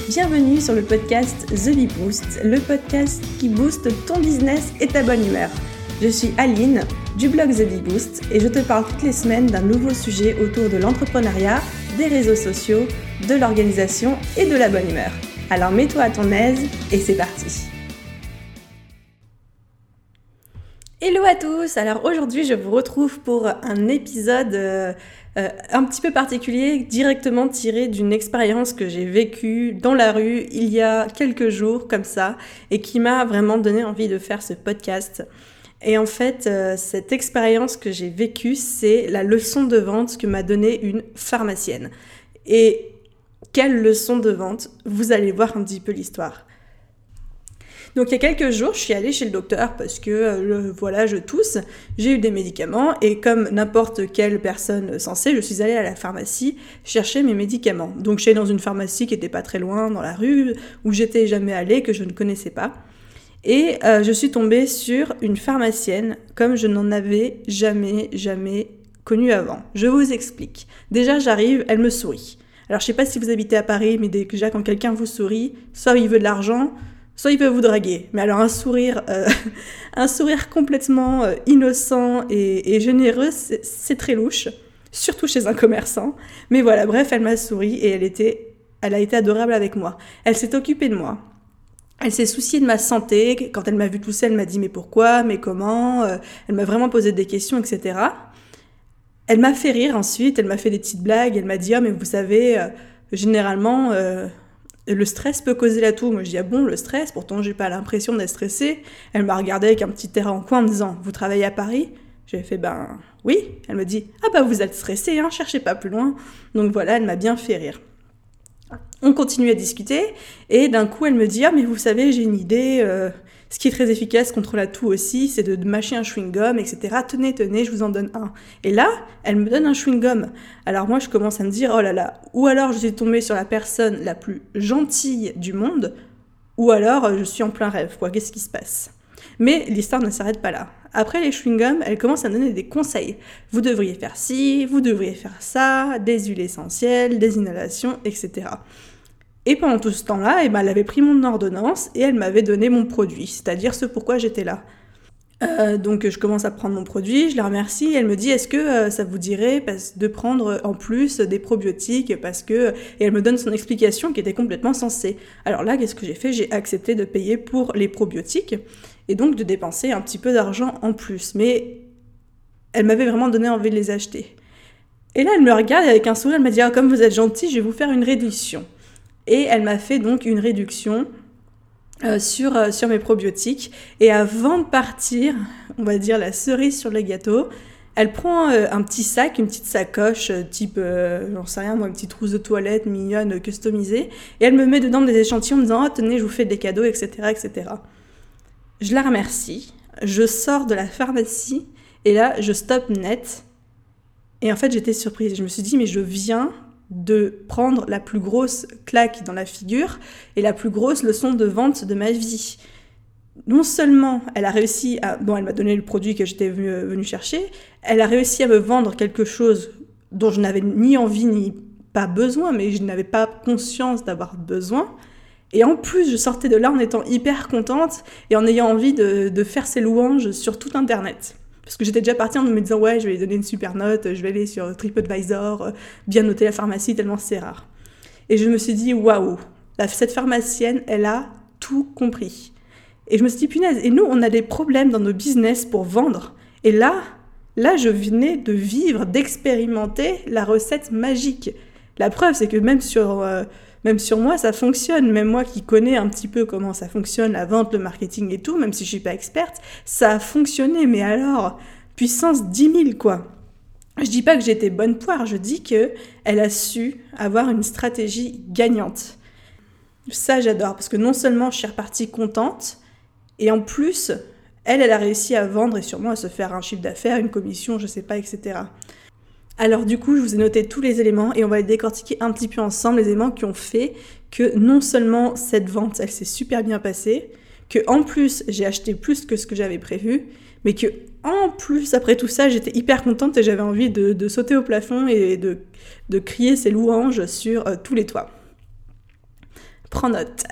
Bienvenue sur le podcast The Bee Boost, le podcast qui booste ton business et ta bonne humeur. Je suis Aline du blog The Bee Boost et je te parle toutes les semaines d'un nouveau sujet autour de l'entrepreneuriat, des réseaux sociaux, de l'organisation et de la bonne humeur. Alors mets-toi à ton aise et c'est parti. Hello à tous, alors aujourd'hui je vous retrouve pour un épisode un petit peu particulier, directement tiré d'une expérience que j'ai vécue dans la rue il y a quelques jours comme ça et qui m'a vraiment donné envie de faire ce podcast. Et en fait, cette expérience que j'ai vécue, c'est la leçon de vente que m'a donnée une pharmacienne. Et quelle leçon de vente? Vous allez voir un petit peu l'histoire. Donc il y a quelques jours, je suis allée chez le docteur parce que je tousse, j'ai eu des médicaments et comme n'importe quelle personne sensée, je suis allée à la pharmacie chercher mes médicaments. Donc je suis allée dans une pharmacie qui était pas très loin dans la rue, où j'étais jamais allée, que je ne connaissais pas. Et je suis tombée sur une pharmacienne comme je n'en avais jamais connue avant. Je vous explique. Déjà j'arrive, elle me sourit. Alors je sais pas si vous habitez à Paris, mais déjà quand quelqu'un vous sourit, soit il veut de l'argent, soit il peut vous draguer. Mais alors un sourire complètement innocent et généreux, c'est très louche, surtout chez un commerçant. Mais voilà, bref, elle m'a souri et elle a été adorable avec moi. Elle s'est occupée de moi. Elle s'est souciée de ma santé. Quand elle m'a vu tousser, elle m'a dit mais pourquoi, mais comment. Elle m'a vraiment posé des questions, etc. Elle m'a fait rire ensuite, elle m'a fait des petites blagues. Elle m'a dit mais vous savez, généralement... le stress peut causer la toux. Moi, je dis, ah bon, le stress? Pourtant, j'ai pas l'impression d'être stressée. Elle m'a regardé avec un petit air en coin en me disant, vous travaillez à Paris? J'ai fait, oui. Elle me dit, vous êtes stressée, hein, cherchez pas plus loin. Donc voilà, elle m'a bien fait rire. On continue à discuter et d'un coup, elle me dit, mais vous savez, j'ai une idée, ce qui est très efficace contre la toux aussi, c'est de mâcher un chewing-gum, etc. Tenez, je vous en donne un. Et là, elle me donne un chewing-gum. Alors moi, je commence à me dire, oh là là, ou alors je suis tombée sur la personne la plus gentille du monde, ou alors je suis en plein rêve, quoi, qu'est-ce qui se passe? Mais l'histoire ne s'arrête pas là. Après les chewing-gums, elle commence à me donner des conseils. Vous devriez faire ci, vous devriez faire ça, des huiles essentielles, des inhalations, etc. Et pendant tout ce temps-là, elle avait pris mon ordonnance et elle m'avait donné mon produit, c'est-à-dire ce pourquoi j'étais là. Donc je commence à prendre mon produit, je la remercie, elle me dit est-ce que ça vous dirait de prendre en plus des probiotiques et elle me donne son explication qui était complètement sensée. Alors là, qu'est-ce que j'ai fait? J'ai accepté de payer pour les probiotiques et donc de dépenser un petit peu d'argent en plus, mais elle m'avait vraiment donné envie de les acheter. Et là, elle me regarde avec un sourire, elle m'a dit comme vous êtes gentil, je vais vous faire une réduction. Et elle m'a fait donc une réduction sur mes probiotiques. Et avant de partir, on va dire la cerise sur le gâteau, elle prend un petit sac, une petite sacoche type, j'en sais rien moi, une petite trousse de toilette mignonne, customisée. Et elle me met dedans des échantillons en me disant « tenez, je vous fais des cadeaux, etc. etc. » Je la remercie. Je sors de la pharmacie et là, je stoppe net. Et en fait, j'étais surprise. Je me suis dit « mais je viens... » de prendre la plus grosse claque dans la figure et la plus grosse leçon de vente de ma vie. Non seulement elle a réussi elle m'a donné le produit que j'étais venue chercher, elle a réussi à me vendre quelque chose dont je n'avais ni envie ni pas besoin, mais je n'avais pas conscience d'avoir besoin. Et en plus, je sortais de là en étant hyper contente et en ayant envie de faire ses louanges sur tout Internet. Parce que j'étais déjà partie en me disant, je vais lui donner une super note, je vais aller sur TripAdvisor, bien noter la pharmacie tellement c'est rare. Et je me suis dit, waouh, cette pharmacienne, elle a tout compris. Et je me suis dit, punaise, et nous, on a des problèmes dans nos business pour vendre. Et là, je venais de vivre, d'expérimenter la recette magique. La preuve, c'est que même sur moi, ça fonctionne. Même moi qui connais un petit peu comment ça fonctionne, la vente, le marketing et tout, même si je suis pas experte, ça a fonctionné. Mais alors, puissance 10 000, quoi. Je dis pas que j'étais bonne poire, je dis qu'elle a su avoir une stratégie gagnante. Ça, j'adore, parce que non seulement je suis repartie contente, et en plus, elle a réussi à vendre et sûrement à se faire un chiffre d'affaires, une commission, je sais pas, etc. Alors du coup, je vous ai noté tous les éléments et on va les décortiquer un petit peu ensemble, les éléments qui ont fait que non seulement cette vente, elle s'est super bien passée, que en plus, j'ai acheté plus que ce que j'avais prévu, mais que en plus, après tout ça, j'étais hyper contente et j'avais envie de sauter au plafond et de crier ces louanges sur tous les toits. Prends note.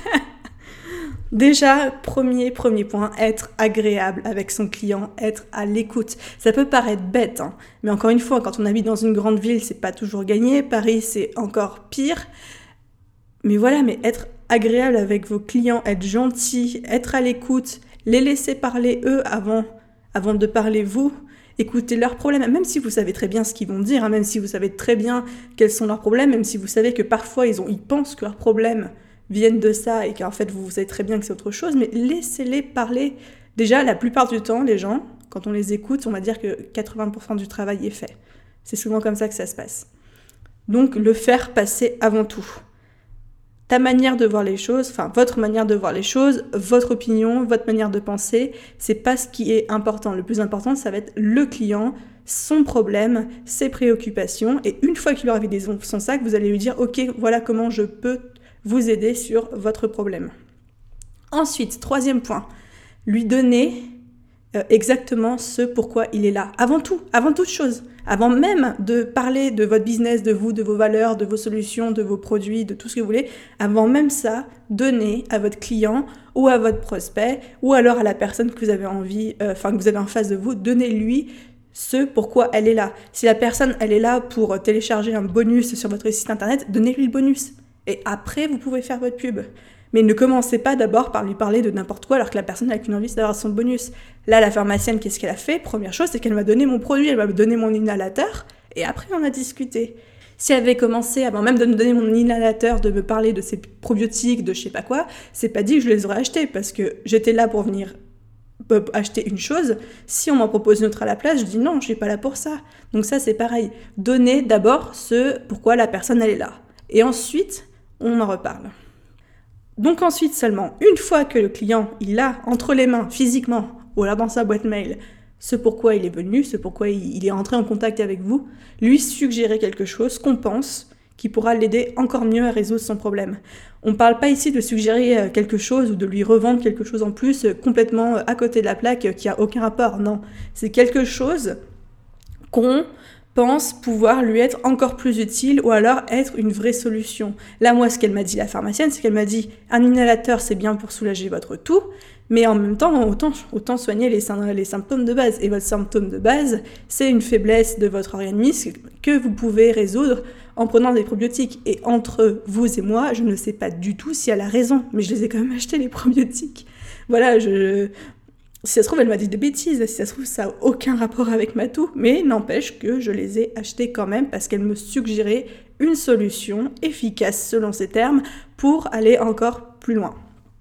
Déjà, premier point, être agréable avec son client, être à l'écoute. Ça peut paraître bête, hein, mais encore une fois, quand on habite dans une grande ville, c'est pas toujours gagné. Paris, c'est encore pire. Mais voilà, mais être agréable avec vos clients, être gentil, être à l'écoute, les laisser parler eux avant de parler vous, écouter leurs problèmes, même si vous savez très bien ce qu'ils vont dire, hein, même si vous savez très bien quels sont leurs problèmes, même si vous savez que parfois ils pensent que leurs problèmes viennent de ça et qu'en fait vous savez très bien que c'est autre chose, mais laissez-les parler. Déjà, la plupart du temps, les gens, quand on les écoute, on va dire que 80% du travail est fait. C'est souvent comme ça que ça se passe. Donc, le faire passer avant tout. Ta manière de voir les choses, enfin votre manière de voir les choses, votre opinion, votre manière de penser, c'est pas ce qui est important. Le plus important, ça va être le client, son problème, ses préoccupations, et une fois qu'il aura vidé son sac, vous allez lui dire « Ok, voilà comment je peux vous aider sur votre problème. » Ensuite, troisième point, lui donner exactement ce pourquoi il est là. Avant toute chose. Avant même de parler de votre business, de vous, de vos valeurs, de vos solutions, de vos produits, de tout ce que vous voulez, avant même ça, donnez à votre client ou à votre prospect ou alors à la personne que vous avez que vous avez en face de vous, donnez-lui ce pourquoi elle est là. Si la personne, elle est là pour télécharger un bonus sur votre site internet, donnez-lui le bonus. Et après, vous pouvez faire votre pub. Mais ne commencez pas d'abord par lui parler de n'importe quoi alors que la personne n'a qu'une envie d'avoir son bonus. Là, la pharmacienne, qu'est-ce qu'elle a fait ? Première chose, c'est qu'elle m'a donné mon produit, elle m'a donné mon inhalateur, et après on a discuté. Si elle avait commencé, avant même de me donner mon inhalateur, de me parler de ses probiotiques, de je sais pas quoi, c'est pas dit que je les aurais achetés, parce que j'étais là pour venir acheter une chose. Si on m'en propose une autre à la place, je dis non, je suis pas là pour ça. Donc ça, c'est pareil. Donnez d'abord ce pourquoi la personne, elle est là. Et ensuite, on en reparle. Donc ensuite seulement, une fois que le client, il a entre les mains, physiquement, ou alors dans sa boîte mail, ce pourquoi il est venu, ce pourquoi il est entré en contact avec vous, lui suggérer quelque chose qu'on pense qui pourra l'aider encore mieux à résoudre son problème. On ne parle pas ici de suggérer quelque chose ou de lui revendre quelque chose en plus complètement à côté de la plaque qui n'a aucun rapport, non. C'est quelque chose qu'on pense pouvoir lui être encore plus utile ou alors être une vraie solution. Là, moi, ce qu'elle m'a dit, la pharmacienne, c'est qu'elle m'a dit un inhalateur, c'est bien pour soulager votre toux, mais en même temps, autant soigner les symptômes de base. Et votre symptôme de base, c'est une faiblesse de votre organisme que vous pouvez résoudre en prenant des probiotiques. Et entre vous et moi, je ne sais pas du tout si elle a raison, mais je les ai quand même achetés, les probiotiques. Voilà, si ça se trouve, elle m'a dit des bêtises, si ça se trouve, ça n'a aucun rapport avec ma toux, mais n'empêche que je les ai achetés quand même parce qu'elle me suggérait une solution efficace selon ses termes pour aller encore plus loin.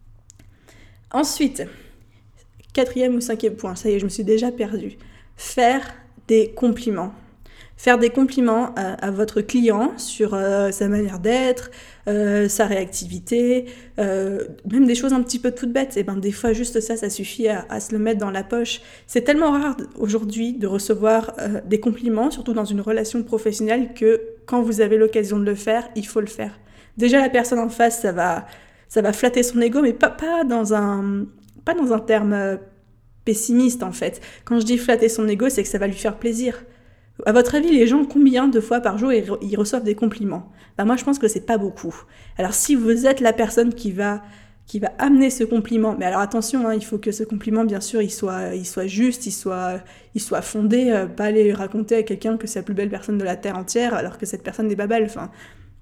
Ensuite, 4e ou 5e point, ça y est, je me suis déjà perdue. Faire des compliments. Faire des compliments à votre client sur sa manière d'être, sa réactivité, même des choses un petit peu toutes bêtes. Et ben des fois, juste ça suffit à se le mettre dans la poche. C'est tellement rare aujourd'hui de recevoir des compliments, surtout dans une relation professionnelle, que quand vous avez l'occasion de le faire, il faut le faire. Déjà, la personne en face, ça va flatter son ego, mais pas dans un terme pessimiste en fait. Quand je dis flatter son ego, c'est que ça va lui faire plaisir. À votre avis, les gens, combien de fois par jour ils reçoivent des compliments ? Moi, je pense que c'est pas beaucoup. Alors, si vous êtes la personne qui va amener ce compliment, mais alors attention, il faut que ce compliment, bien sûr, il soit juste, il soit fondé, pas aller raconter à quelqu'un que c'est la plus belle personne de la terre entière, alors que cette personne n'est pas belle. Enfin,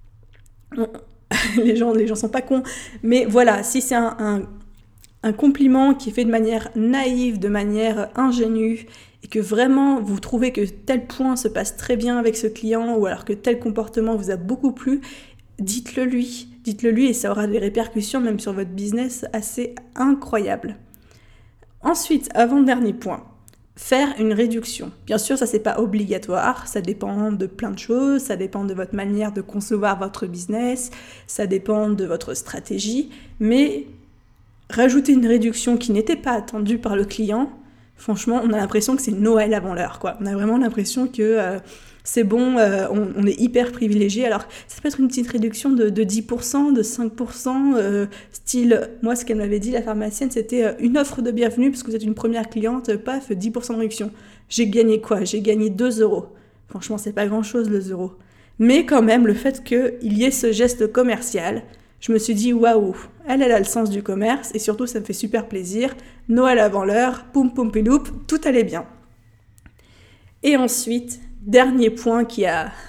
les gens sont pas cons. Mais voilà, si c'est un compliment qui est fait de manière naïve, de manière ingénue, et que vraiment vous trouvez que tel point se passe très bien avec ce client, ou alors que tel comportement vous a beaucoup plu, dites-le lui et ça aura des répercussions même sur votre business assez incroyables. Ensuite, avant-dernier point, faire une réduction. Bien sûr, ça c'est pas obligatoire, ça dépend de plein de choses, ça dépend de votre manière de concevoir votre business, ça dépend de votre stratégie, mais rajouter une réduction qui n'était pas attendue par le client, franchement, on a l'impression que c'est Noël avant l'heure, quoi. On a vraiment l'impression que c'est bon, on est hyper privilégié. Alors, ça peut être une petite réduction de 10%, de 5%, style, moi, ce qu'elle m'avait dit, la pharmacienne, c'était une offre de bienvenue, parce que vous êtes une première cliente, paf, 10% de réduction. J'ai gagné quoi ? J'ai gagné 2 €. Franchement, c'est pas grand-chose, le 2 €. Mais quand même, le fait qu'il y ait ce geste commercial, Je me suis dit, waouh, elle a le sens du commerce et surtout ça me fait super plaisir. Noël avant l'heure, poum poum piloup, tout allait bien. Et ensuite, dernier point qui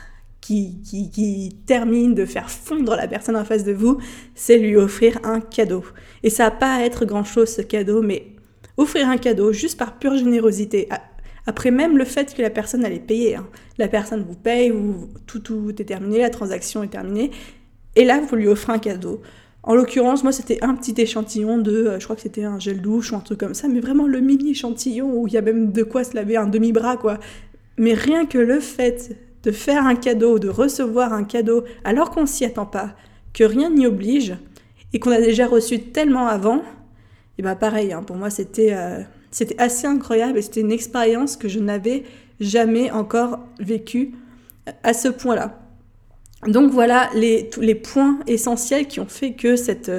termine de faire fondre la personne en face de vous, c'est lui offrir un cadeau. Et ça va pas être grand-chose ce cadeau, mais offrir un cadeau juste par pure générosité. Après même le fait que la personne allait payer. La personne vous paye, tout est terminé, la transaction est terminée. Et là, vous lui offrez un cadeau. En l'occurrence, moi, c'était un petit échantillon de, je crois que c'était un gel douche ou un truc comme ça, mais vraiment le mini échantillon où il y a même de quoi se laver un demi-bras, quoi. Mais rien que le fait de faire un cadeau, de recevoir un cadeau, alors qu'on s'y attend pas, que rien n'y oblige, et qu'on a déjà reçu tellement avant, et ben pareil, pour moi, c'était assez incroyable et c'était une expérience que je n'avais jamais encore vécue à ce point-là. Donc voilà tous les points essentiels qui ont fait que cette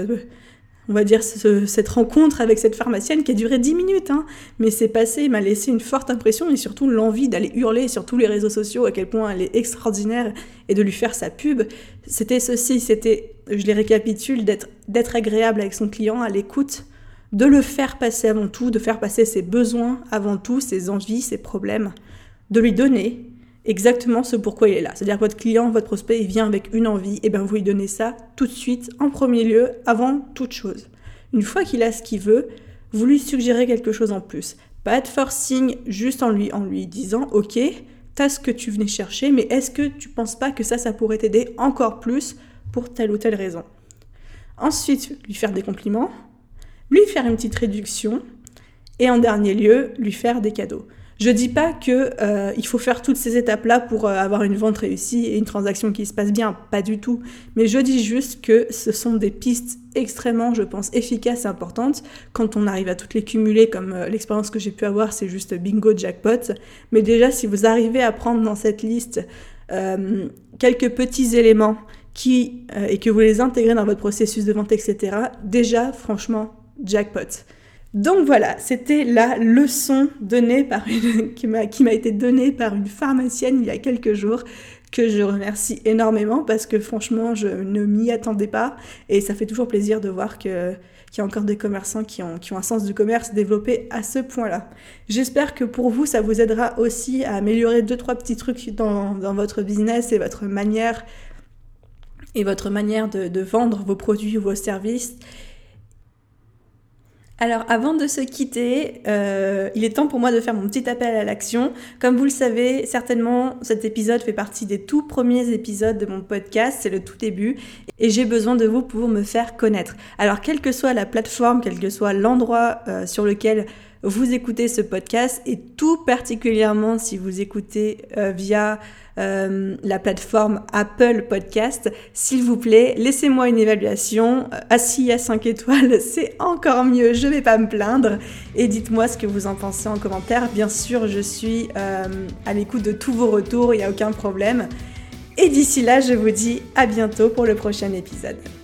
rencontre avec cette pharmacienne qui a duré 10 minutes, mais c'est passé, m'a laissé une forte impression et surtout l'envie d'aller hurler sur tous les réseaux sociaux à quel point elle est extraordinaire et de lui faire sa pub. C'était ceci, je les récapitule, d'être agréable avec son client, à l'écoute, de le faire passer avant tout, de faire passer ses besoins avant tout, ses envies, ses problèmes, de lui donner exactement ce pourquoi il est là. C'est-à-dire que votre client, votre prospect, il vient avec une envie, et bien vous lui donnez ça tout de suite, en premier lieu, avant toute chose. Une fois qu'il a ce qu'il veut, vous lui suggérez quelque chose en plus. Pas de forcing, juste en lui disant « Ok, t'as ce que tu venais chercher, mais est-ce que tu penses pas que ça pourrait t'aider encore plus pour telle ou telle raison ?» Ensuite, lui faire des compliments, lui faire une petite réduction, et en dernier lieu, lui faire des cadeaux. Je dis pas qu'il faut faire toutes ces étapes-là pour avoir une vente réussie et une transaction qui se passe bien, pas du tout. Mais je dis juste que ce sont des pistes extrêmement, je pense, efficaces et importantes. Quand on arrive à toutes les cumuler, comme l'expérience que j'ai pu avoir, c'est juste bingo jackpot. Mais déjà, si vous arrivez à prendre dans cette liste quelques petits éléments et que vous les intégrez dans votre processus de vente, etc., déjà, franchement, jackpot. Donc voilà, c'était la leçon qui m'a été donnée par une pharmacienne il y a quelques jours, que je remercie énormément parce que franchement, je ne m'y attendais pas et ça fait toujours plaisir de voir qu'il y a encore des commerçants qui ont un sens du commerce développé à ce point-là. J'espère que pour vous, ça vous aidera aussi à améliorer 2-3 petits trucs dans votre business et votre manière de vendre vos produits ou vos services. Alors avant de se quitter, il est temps pour moi de faire mon petit appel à l'action. Comme vous le savez, certainement cet épisode fait partie des tout premiers épisodes de mon podcast, c'est le tout début, et j'ai besoin de vous pour me faire connaître. Alors quelle que soit la plateforme, quel que soit l'endroit sur lequel vous écoutez ce podcast, et tout particulièrement si vous écoutez via la plateforme Apple Podcast, s'il vous plaît, laissez-moi une évaluation. Assis à 5 étoiles, c'est encore mieux, je vais pas me plaindre. Et dites-moi ce que vous en pensez en commentaire. Bien sûr, je suis à l'écoute de tous vos retours, il n'y a aucun problème. Et d'ici là, je vous dis à bientôt pour le prochain épisode.